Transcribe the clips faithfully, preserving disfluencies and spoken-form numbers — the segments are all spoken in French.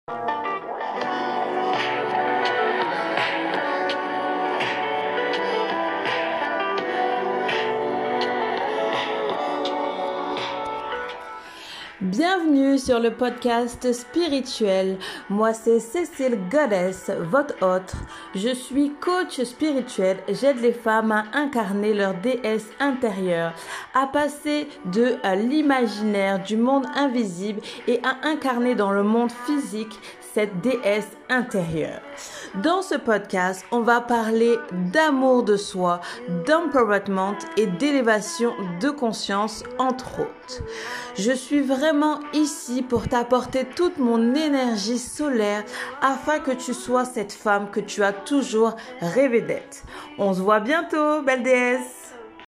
Bienvenue sur le podcast spirituel. Moi, c'est Cécile Goddess, votre hôte. Je suis coach spirituel. J'aide les femmes à incarner leur déesse intérieure, à passer de l'imaginaire du monde invisible et à incarner dans le monde physique cette déesse intérieure. Dans ce podcast, on va parler d'amour de soi, d'empowerment et d'élévation de conscience, entre autres. Je suis vraiment ici pour t'apporter toute mon énergie solaire afin que tu sois cette femme que tu as toujours rêvé d'être. On se voit bientôt, belle déesse!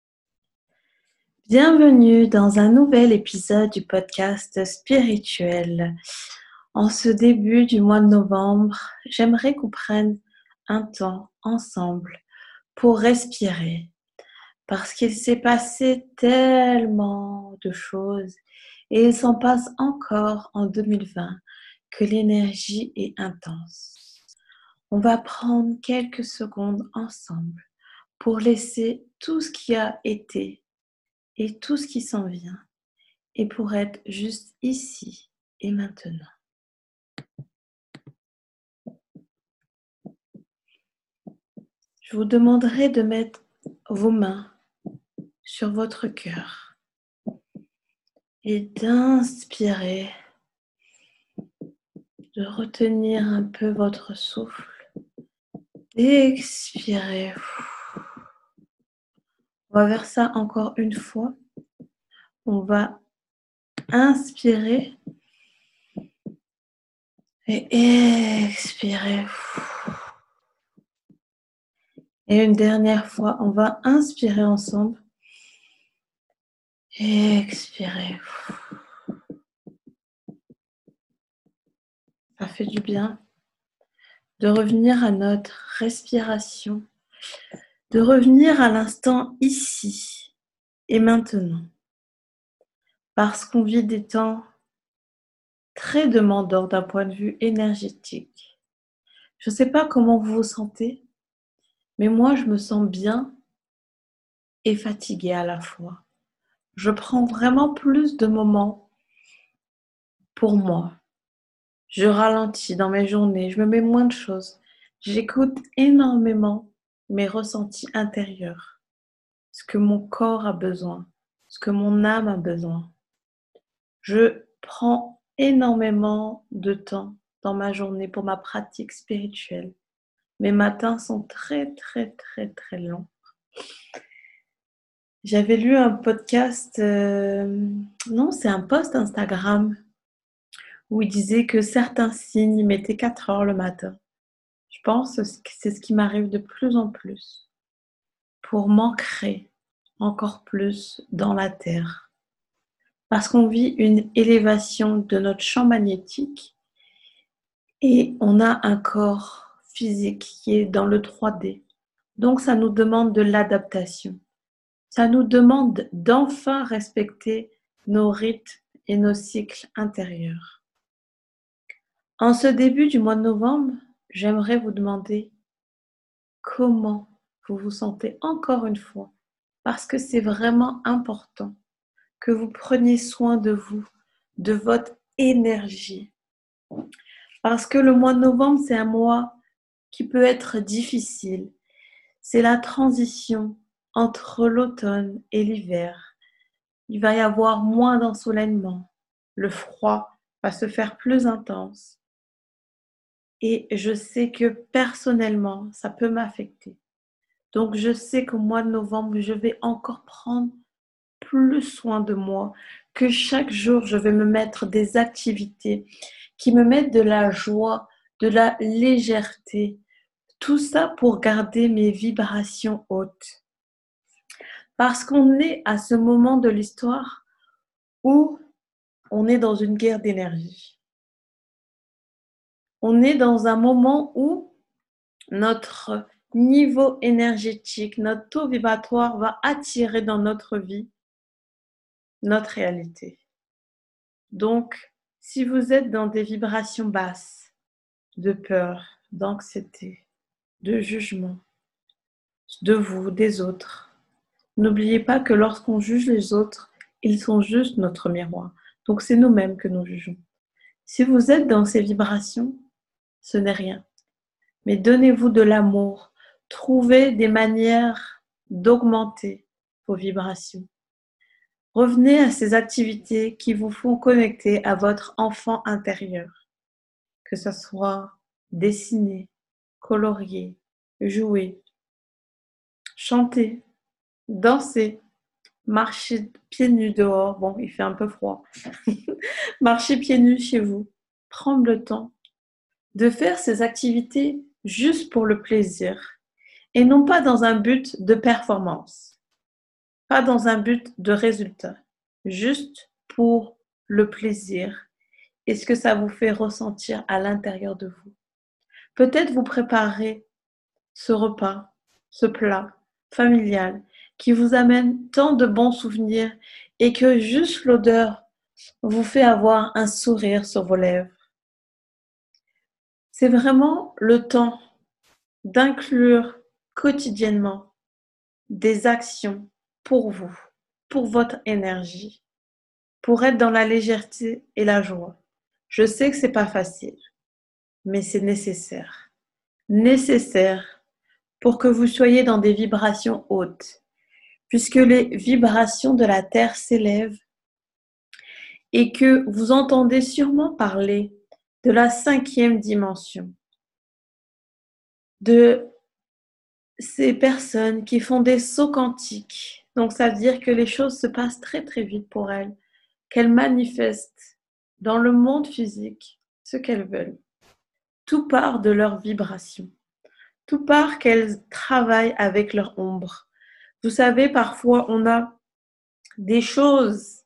Bienvenue dans un nouvel épisode du podcast spirituel. En ce début du mois de novembre, j'aimerais qu'on prenne un temps ensemble pour respirer. Parce qu'il s'est passé tellement de choses et il s'en passe encore en deux mille vingt que l'énergie est intense. On va prendre quelques secondes ensemble pour laisser tout ce qui a été et tout ce qui s'en vient et pour être juste ici et maintenant. Je vous demanderai de mettre vos mains sur votre cœur et d'inspirer, de retenir un peu votre souffle, d'expirer. On va faire ça encore une fois. On va inspirer et expirer. Et une dernière fois, on va inspirer ensemble et expirer. Ça fait du bien de revenir à notre respiration, de revenir à l'instant ici et maintenant. Parce qu'on vit des temps très demandeurs d'un point de vue énergétique. Je ne sais pas comment vous vous sentez, mais moi je me sens bien et fatiguée à la fois. Je prends vraiment plus de moments pour moi. Je ralentis dans mes journées, je me mets moins de choses. J'écoute énormément mes ressentis intérieurs, ce que mon corps a besoin, ce que mon âme a besoin. Je prends énormément de temps dans ma journée pour ma pratique spirituelle. Mes matins sont très, très, très, très longs. J'avais lu un podcast, euh, non, c'est un post Instagram où il disait que certains signes mettaient quatre heures le matin. Je pense que c'est ce qui m'arrive de plus en plus pour m'ancrer encore plus dans la terre. Parce qu'on vit une élévation de notre champ magnétique et on a un corps physique qui est dans le trois D. Donc ça nous demande de l'adaptation. Ça nous demande d'enfin respecter nos rythmes et nos cycles intérieurs. En ce début du mois de novembre, j'aimerais vous demander comment vous vous sentez encore une fois, parce que c'est vraiment important que vous preniez soin de vous, de votre énergie. Parce que le mois de novembre, c'est un mois qui peut être difficile. C'est la transition entre l'automne et l'hiver. Il va y avoir moins d'ensoleillement. Le froid va se faire plus intense. Et je sais que personnellement, ça peut m'affecter. Donc, je sais qu'au mois de novembre, je vais encore prendre plus soin de moi, que chaque jour, je vais me mettre des activités qui me mettent de la joie, de la légèreté. Tout ça pour garder mes vibrations hautes. Parce qu'on est à ce moment de l'histoire où on est dans une guerre d'énergie. On est dans un moment où notre niveau énergétique, notre taux vibratoire va attirer dans notre vie notre réalité. Donc, si vous êtes dans des vibrations basses, de peur, d'anxiété, de jugement, de vous, des autres. N'oubliez pas que lorsqu'on juge les autres, ils sont juste notre miroir. Donc c'est nous-mêmes que nous jugeons. Si vous êtes dans ces vibrations, ce n'est rien. Mais donnez-vous de l'amour. Trouvez des manières d'augmenter vos vibrations. Revenez à ces activités qui vous font connecter à votre enfant intérieur. Que ce soit dessiner, colorier, jouer, chanter, danser, marcher pieds nus dehors. Bon, il fait un peu froid. Marcher pieds nus chez vous. Prendre le temps de faire ces activités juste pour le plaisir et non pas dans un but de performance, pas dans un but de résultat, juste pour le plaisir et ce que ça vous fait ressentir à l'intérieur de vous. Peut-être vous préparez ce repas, ce plat familial qui vous amène tant de bons souvenirs et que juste l'odeur vous fait avoir un sourire sur vos lèvres. C'est vraiment le temps d'inclure quotidiennement des actions pour vous, pour votre énergie, pour être dans la légèreté et la joie. Je sais que c'est pas facile, mais c'est nécessaire. Nécessaire pour que vous soyez dans des vibrations hautes, puisque les vibrations de la Terre s'élèvent et que vous entendez sûrement parler de la cinquième dimension, de ces personnes qui font des sauts quantiques. Donc ça veut dire que les choses se passent très très vite pour elles, qu'elles manifestent dans le monde physique ce qu'elles veulent. Tout part de leur vibration. Tout part qu'elles travaillent avec leur ombre. Vous savez, parfois on a des choses,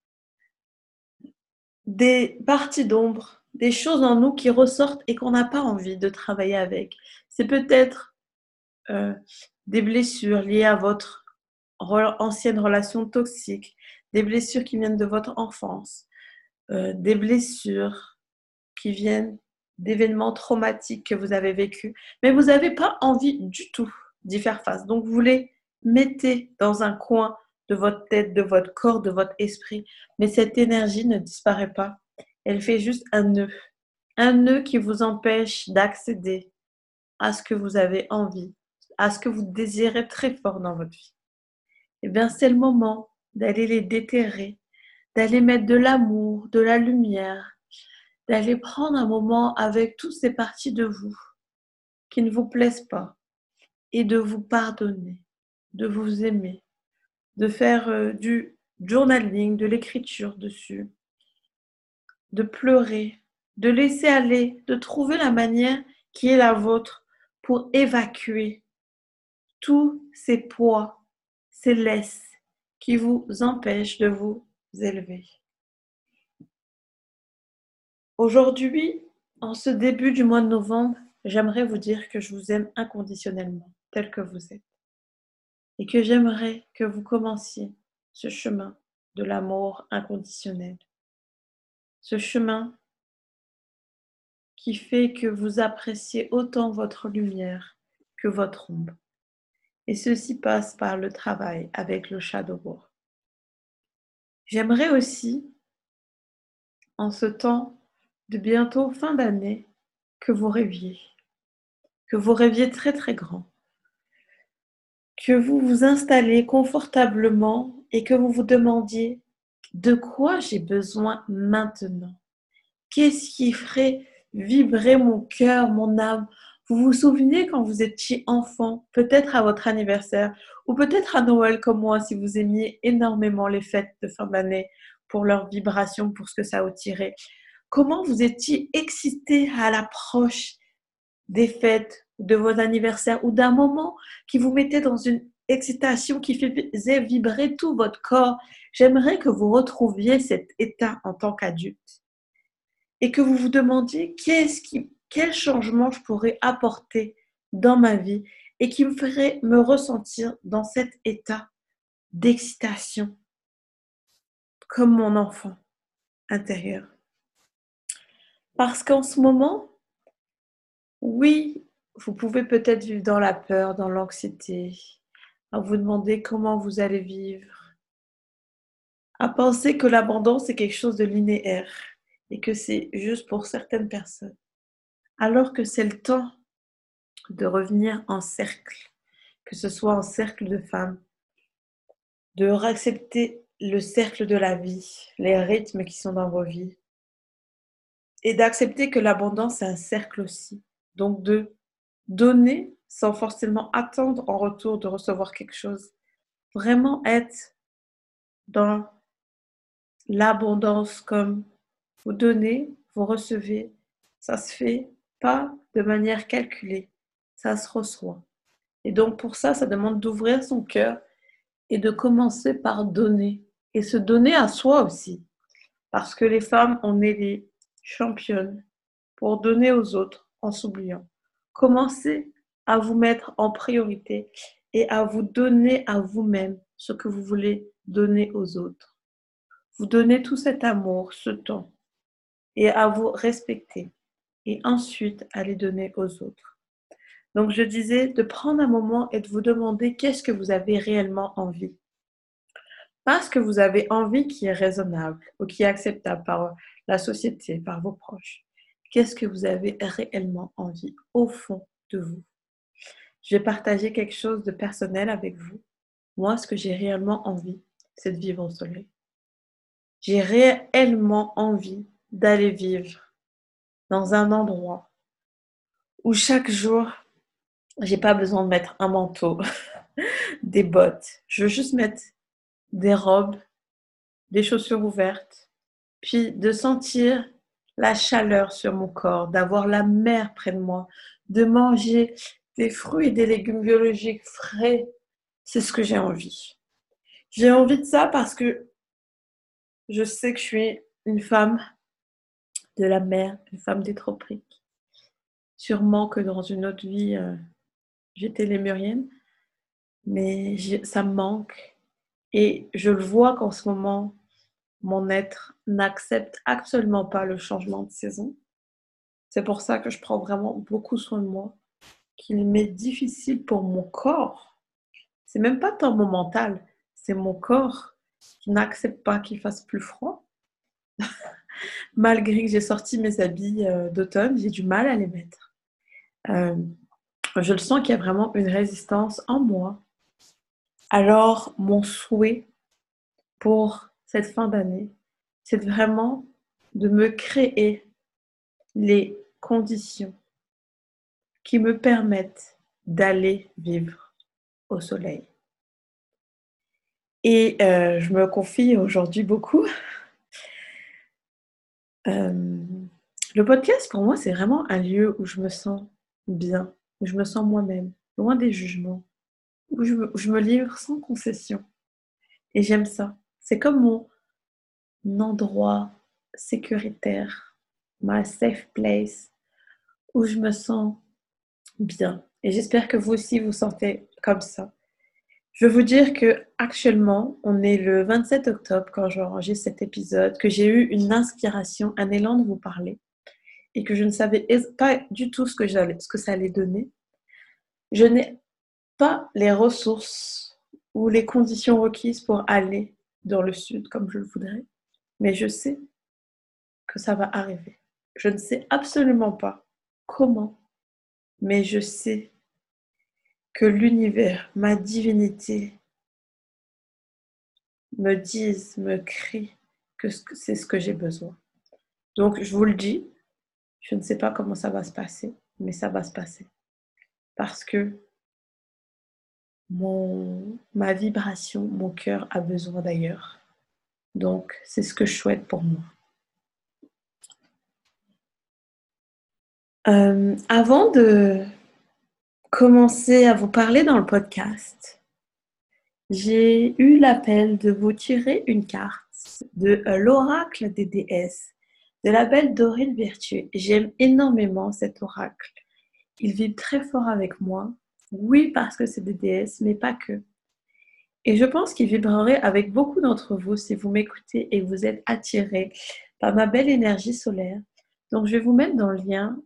des parties d'ombre, des choses en nous qui ressortent et qu'on n'a pas envie de travailler avec. C'est peut-être euh, des blessures liées à votre ancienne relation toxique, des blessures qui viennent de votre enfance, euh, des blessures qui viennent d'événements traumatiques que vous avez vécus, mais vous n'avez pas envie du tout d'y faire face. Donc vous les mettez dans un coin de votre tête, de votre corps, de votre esprit, mais cette énergie ne disparaît pas. Elle fait juste un nœud, un nœud qui vous empêche d'accéder à ce que vous avez envie, à ce que vous désirez très fort dans votre vie. Eh bien, c'est le moment d'aller les déterrer, d'aller mettre de l'amour, de la lumière, d'aller prendre un moment avec toutes ces parties de vous qui ne vous plaisent pas et de vous pardonner, de vous aimer, de faire euh, du journaling, de l'écriture dessus, de pleurer, de laisser aller, de trouver la manière qui est la vôtre pour évacuer tous ces poids, ces laisses qui vous empêchent de vous élever. Aujourd'hui, en ce début du mois de novembre, j'aimerais vous dire que je vous aime inconditionnellement, tel que vous êtes, et que j'aimerais que vous commenciez ce chemin de l'amour inconditionnel, ce chemin qui fait que vous appréciez autant votre lumière que votre ombre. Et ceci passe par le travail avec le shadow work. J'aimerais aussi, en ce temps de bientôt fin d'année, que vous rêviez, que vous rêviez très très grand, que vous vous installez confortablement et que vous vous demandiez de quoi j'ai besoin maintenant. Qu'est-ce qui ferait vibrer mon cœur, mon âme? Vous vous souvenez quand vous étiez enfant, peut-être à votre anniversaire ou peut-être à Noël comme moi, si vous aimiez énormément les fêtes de fin d'année pour leur vibration, pour ce que ça attirait. Comment vous étiez excité à l'approche des fêtes, de vos anniversaires ou d'un moment qui vous mettait dans une excitation qui faisait vibrer tout votre corps? J'aimerais que vous retrouviez cet état en tant qu'adulte et que vous vous demandiez qu'est-ce qui, quel changement je pourrais apporter dans ma vie et qui me ferait me ressentir dans cet état d'excitation comme mon enfant intérieur. Parce qu'en ce moment, Oui, vous pouvez peut-être vivre dans la peur, dans l'anxiété, à vous demander comment vous allez vivre, à penser que l'abondance est quelque chose de linéaire et que c'est juste pour certaines personnes, alors que c'est le temps de revenir en cercle, que ce soit en cercle de femmes, de réaccepter le cercle de la vie, les rythmes qui sont dans vos vies, et d'accepter que l'abondance c'est un cercle aussi. Donc de donner sans forcément attendre en retour de recevoir quelque chose. Vraiment être dans l'abondance comme vous donnez, vous recevez. Ça se fait pas de manière calculée, ça se reçoit. Et donc pour ça, ça demande d'ouvrir son cœur et de commencer par donner. Et se donner à soi aussi. Parce que les femmes, on est les championnes pour donner aux autres en s'oubliant. Commencez à vous mettre en priorité et à vous donner à vous-même ce que vous voulez donner aux autres. Vous donnez tout cet amour, ce temps, et à vous respecter. Et ensuite, à les donner aux autres. Donc, je disais de prendre un moment et de vous demander qu'est-ce que vous avez réellement envie. Pas ce que vous avez envie qui est raisonnable ou qui est acceptable par la société, par vos proches. Qu'est-ce que vous avez réellement envie au fond de vous? Je vais partager quelque chose de personnel avec vous. Moi, ce que j'ai réellement envie, c'est de vivre au soleil. J'ai réellement envie d'aller vivre dans un endroit où chaque jour, j'ai pas besoin de mettre un manteau, des bottes. Je veux juste mettre des robes, des chaussures ouvertes, puis de sentir la chaleur sur mon corps, d'avoir la mer près de moi, de manger des fruits et des légumes biologiques frais. C'est ce que j'ai envie. J'ai envie de ça parce que je sais que je suis une femme de la mer, une femme des tropiques. Sûrement que dans une autre vie, euh, j'étais lémurienne, mais ça me manque. Et je le vois qu'en ce moment, mon être n'accepte absolument pas le changement de saison. C'est pour ça que je prends vraiment beaucoup soin de moi, qu'il m'est difficile pour mon corps. C'est même pas tant mon mental, c'est mon corps qui n'accepte pas qu'il fasse plus froid. Malgré que j'ai sorti mes habits euh, d'automne, j'ai du mal à les mettre. Euh, je le sens qu'il y a vraiment une résistance en moi. Alors, mon souhait pour cette fin d'année, c'est vraiment de me créer les conditions qui me permettent d'aller vivre au soleil. Et euh, je me confie aujourd'hui beaucoup. Euh, le podcast, pour moi, c'est vraiment un lieu où je me sens bien, où je me sens moi-même, loin des jugements, où je me, où je me livre sans concession. Et j'aime ça. C'est comme mon endroit sécuritaire, ma safe place, où je me sens bien. Et j'espère que vous aussi vous sentez comme ça. Je veux vous dire que actuellement, on est le vingt-sept octobre quand j'enregistre cet épisode, que j'ai eu une inspiration, un élan de vous parler et que je ne savais pas du tout ce que, ce que ça allait donner. Je n'ai pas les ressources ou les conditions requises pour aller dans le sud comme je le voudrais, mais je sais que ça va arriver. Je ne sais absolument pas comment, mais je sais que l'univers, ma divinité, me disent, me crient que c'est ce que j'ai besoin. Donc, je vous le dis, je ne sais pas comment ça va se passer, mais ça va se passer. Parce que mon, ma vibration, mon cœur a besoin d'ailleurs. Donc, c'est ce que je souhaite pour moi. Euh, avant de commencer à vous parler dans le podcast, j'ai eu l'appel de vous tirer une carte de euh, l'oracle des déesses, de la belle Dorine Virtue. J'aime énormément cet oracle. Il vibre très fort avec moi. Oui, parce que c'est des déesses, mais pas que. Et je pense qu'il vibrerait avec beaucoup d'entre vous si vous m'écoutez et vous êtes attirés par ma belle énergie solaire. Donc, je vais vous mettre dans le lien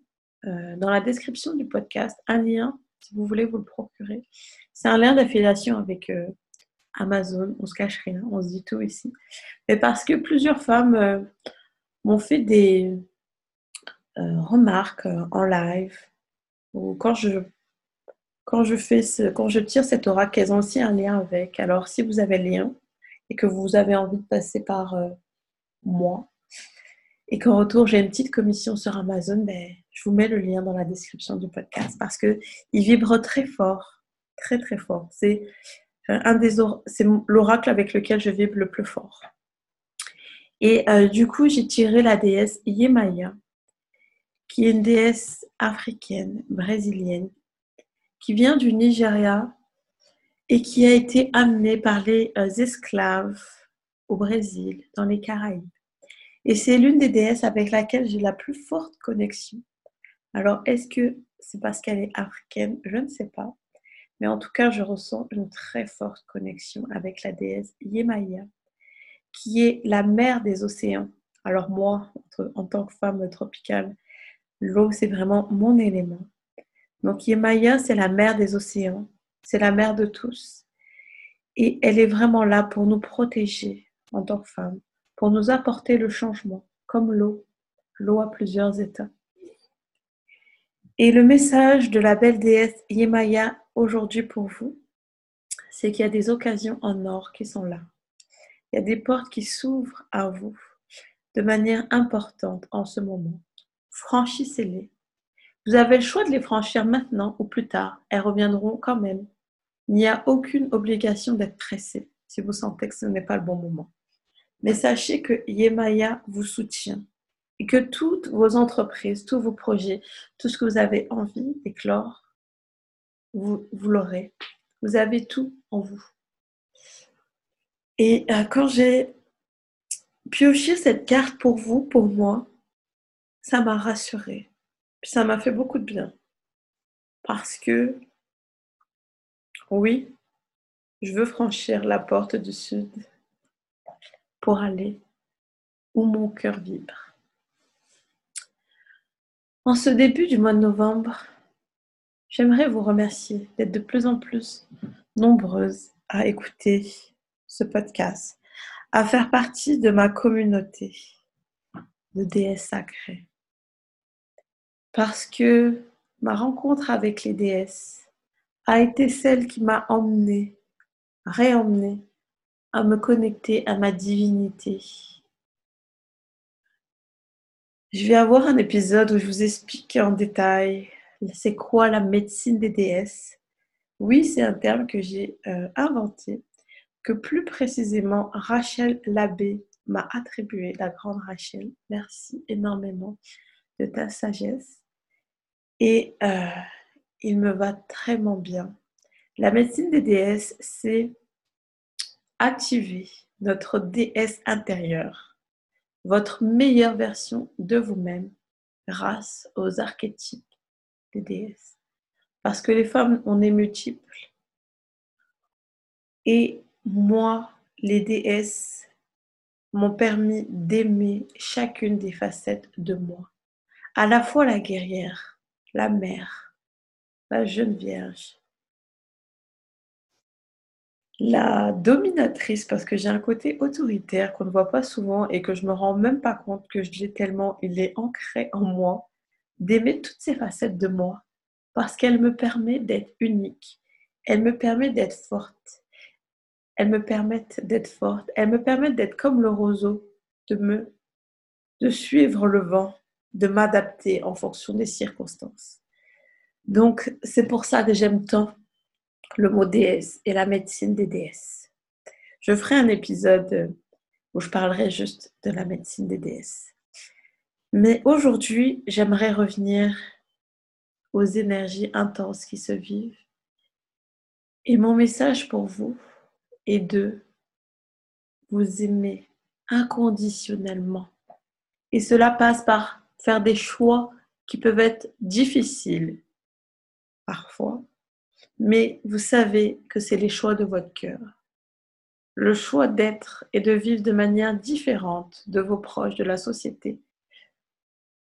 euh, dans la description du podcast un lien, si vous voulez vous le procurer. C'est un lien d'affiliation avec euh, Amazon. On se cache rien, on se dit tout ici. Mais parce que plusieurs femmes euh, m'ont fait des euh, remarques euh, en live ou quand je quand je fais ce, quand je tire cet oracle, qu'elles ont aussi un lien avec. Alors si vous avez le lien et que vous avez envie de passer par euh, moi et qu'en retour j'ai une petite commission sur Amazon, ben, je vous mets le lien dans la description du podcast parce que il vibre très fort, très très fort. C'est euh, un des or- c'est l'oracle avec lequel je vibre le plus fort. Et euh, du coup, j'ai tiré la déesse Yemaya, qui est une déesse africaine, brésilienne, qui vient du Nigeria et qui a été amenée par les euh, esclaves au Brésil, dans les Caraïbes. Et c'est l'une des déesses avec laquelle j'ai la plus forte connexion. Alors, est-ce que c'est parce qu'elle est africaine? Je ne sais pas. Mais en tout cas, je ressens une très forte connexion avec la déesse Yemaya, qui est la mère des océans. Alors moi, en tant que femme tropicale, l'eau, c'est vraiment mon élément. Donc Yemaya, c'est la mère des océans, c'est la mère de tous. Et elle est vraiment là pour nous protéger en tant que femme, pour nous apporter le changement, comme l'eau. L'eau a plusieurs états. Et le message de la belle déesse Yemaya aujourd'hui pour vous, c'est qu'il y a des occasions en or qui sont là. Il y a des portes qui s'ouvrent à vous de manière importante en ce moment. Franchissez-les. Vous avez le choix de les franchir maintenant ou plus tard. Elles reviendront quand même. Il n'y a aucune obligation d'être pressé si vous sentez que ce n'est pas le bon moment. Mais sachez que Yemaya vous soutient et que toutes vos entreprises, tous vos projets, tout ce que vous avez envie d'éclore, vous, vous l'aurez. Vous avez tout en vous. Et euh, quand j'ai pioché cette carte pour vous, pour moi, ça m'a rassurée. Puis ça m'a fait beaucoup de bien. Parce que, oui, je veux franchir la porte du sud pour aller où mon cœur vibre. En ce début du mois de novembre, j'aimerais vous remercier d'être de plus en plus nombreuses à écouter ce podcast, à faire partie de ma communauté de déesses sacrées. Parce que ma rencontre avec les déesses a été celle qui m'a emmenée, réemmenée à me connecter à ma divinité. Je vais avoir un épisode où je vous explique en détail c'est quoi la médecine des déesses. Oui, c'est un terme que j'ai euh, inventé, que plus précisément Rachel Labbé m'a attribué, la grande Rachel. Merci énormément de ta sagesse. Et euh, il me va très bien. La médecine des déesses, c'est activer notre déesse intérieure, votre meilleure version de vous-même grâce aux archétypes des déesses. Parce que les femmes, on est multiples. Et moi, les déesses m'ont permis d'aimer chacune des facettes de moi. À la fois la guerrière, la mère, la jeune vierge, la dominatrice, parce que j'ai un côté autoritaire qu'on ne voit pas souvent et que je me rends même pas compte que je l'ai tellement, il est ancré en moi, d'aimer toutes ces facettes de moi, parce qu'elle me permet d'être unique, elle me permet d'être forte, elles me permettent d'être forte, elles me permettent d'être comme le roseau, de me, de suivre le vent, de m'adapter en fonction des circonstances. Donc, c'est pour ça que j'aime tant le mot déesse et la médecine des déesses. Je ferai un épisode où je parlerai juste de la médecine des déesses. Mais aujourd'hui, j'aimerais revenir aux énergies intenses qui se vivent. Et mon message pour vous est de vous aimer inconditionnellement. Et cela passe par faire des choix qui peuvent être difficiles parfois, mais vous savez que c'est les choix de votre cœur. Le choix d'être et de vivre de manière différente de vos proches, de la société.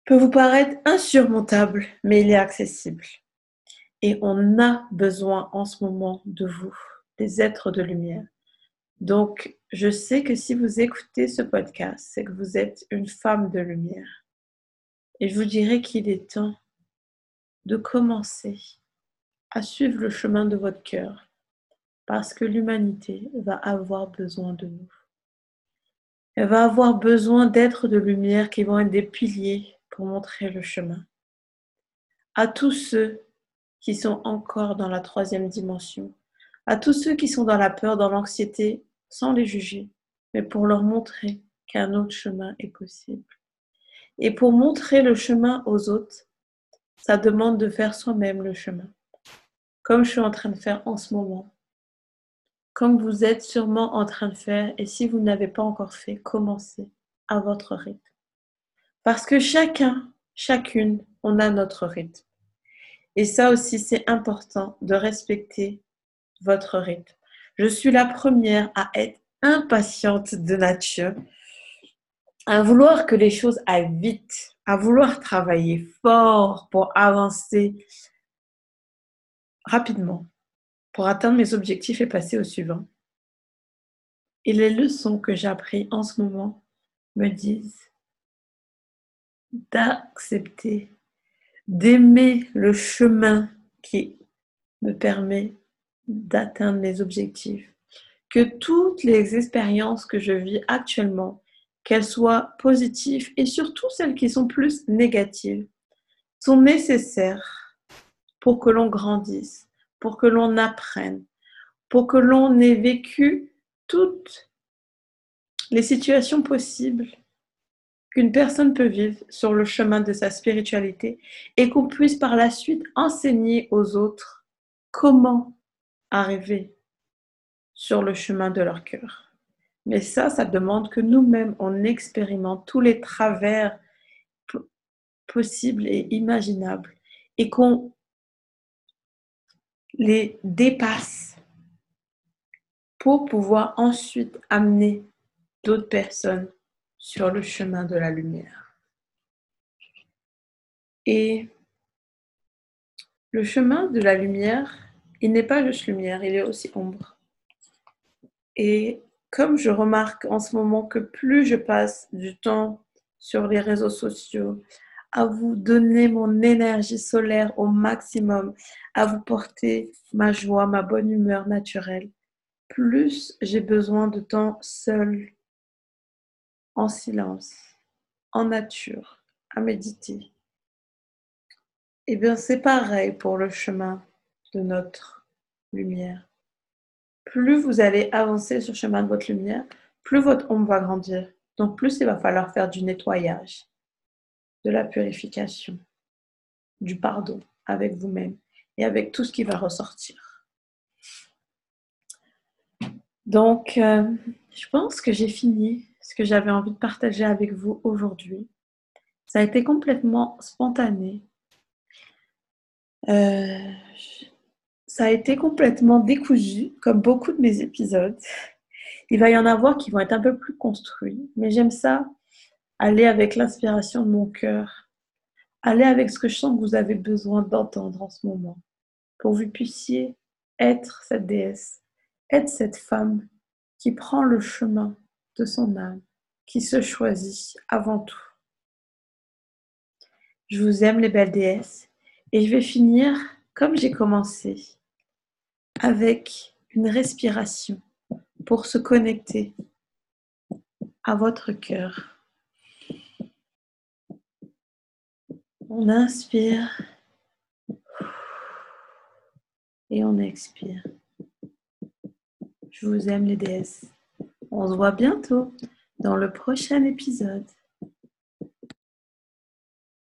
peut vous paraître insurmontable, mais il est accessible. Et on a besoin en ce moment de vous, des êtres de lumière. Donc, je sais que si vous écoutez ce podcast, c'est que vous êtes une femme de lumière. Et je vous dirais qu'il est temps de commencer à suivre le chemin de votre cœur, parce que l'humanité va avoir besoin de vous. Elle va avoir besoin d'êtres de lumière qui vont être des piliers pour montrer le chemin. À tous ceux qui sont encore dans la troisième dimension, à tous ceux qui sont dans la peur, dans l'anxiété, sans les juger, mais pour leur montrer qu'un autre chemin est possible. Et pour montrer le chemin aux autres, ça demande de faire soi-même le chemin, comme je suis en train de faire en ce moment, comme vous êtes sûrement en train de faire, et si vous n'avez pas encore fait, commencez à votre rythme. Parce que chacun, chacune, on a notre rythme. Et ça aussi, c'est important de respecter votre rythme. Je suis la première à être impatiente de nature, à vouloir que les choses aillent vite, à vouloir travailler fort pour avancer rapidement, pour atteindre mes objectifs et passer au suivant. Et les leçons que j'ai apprises en ce moment me disent d'accepter, d'aimer le chemin qui me permet d'atteindre mes objectifs. Que toutes les expériences que je vis actuellement, qu'elles soient positives et surtout celles qui sont plus négatives, sont nécessaires pour que l'on grandisse, pour que l'on apprenne, pour que l'on ait vécu toutes les situations possibles qu'une personne peut vivre sur le chemin de sa spiritualité et qu'on puisse par la suite enseigner aux autres comment arriver sur le chemin de leur cœur. Mais ça, ça demande que nous-mêmes, on expérimente tous les travers possibles et imaginables et qu'on les dépasse pour pouvoir ensuite amener d'autres personnes sur le chemin de la lumière. Et le chemin de la lumière, il n'est pas juste lumière, il est aussi ombre. Et comme je remarque en ce moment que plus je passe du temps sur les réseaux sociaux, à vous donner mon énergie solaire au maximum, à vous porter ma joie, ma bonne humeur naturelle, plus j'ai besoin de temps seul, en silence, en nature, à méditer. Et bien c'est pareil pour le chemin de notre lumière. Plus vous allez avancer sur le chemin de votre lumière, plus votre ombre va grandir. Donc plus il va falloir faire du nettoyage, de la purification, du pardon avec vous-même et avec tout ce qui va ressortir. Donc, euh, je pense que j'ai fini ce que j'avais envie de partager avec vous aujourd'hui. Ça a été complètement spontané. Euh, ça a été complètement décousu, comme beaucoup de mes épisodes. Il va y en avoir qui vont être un peu plus construits, mais j'aime ça, aller avec l'inspiration de mon cœur, aller avec ce que je sens que vous avez besoin d'entendre en ce moment, pour que vous puissiez être cette déesse, être cette femme qui prend le chemin de son âme, qui se choisit avant tout. Je vous aime les belles déesses et je vais finir comme j'ai commencé, avec une respiration pour se connecter à votre cœur. On inspire et on expire. Je vous aime les déesses. On se voit bientôt dans le prochain épisode.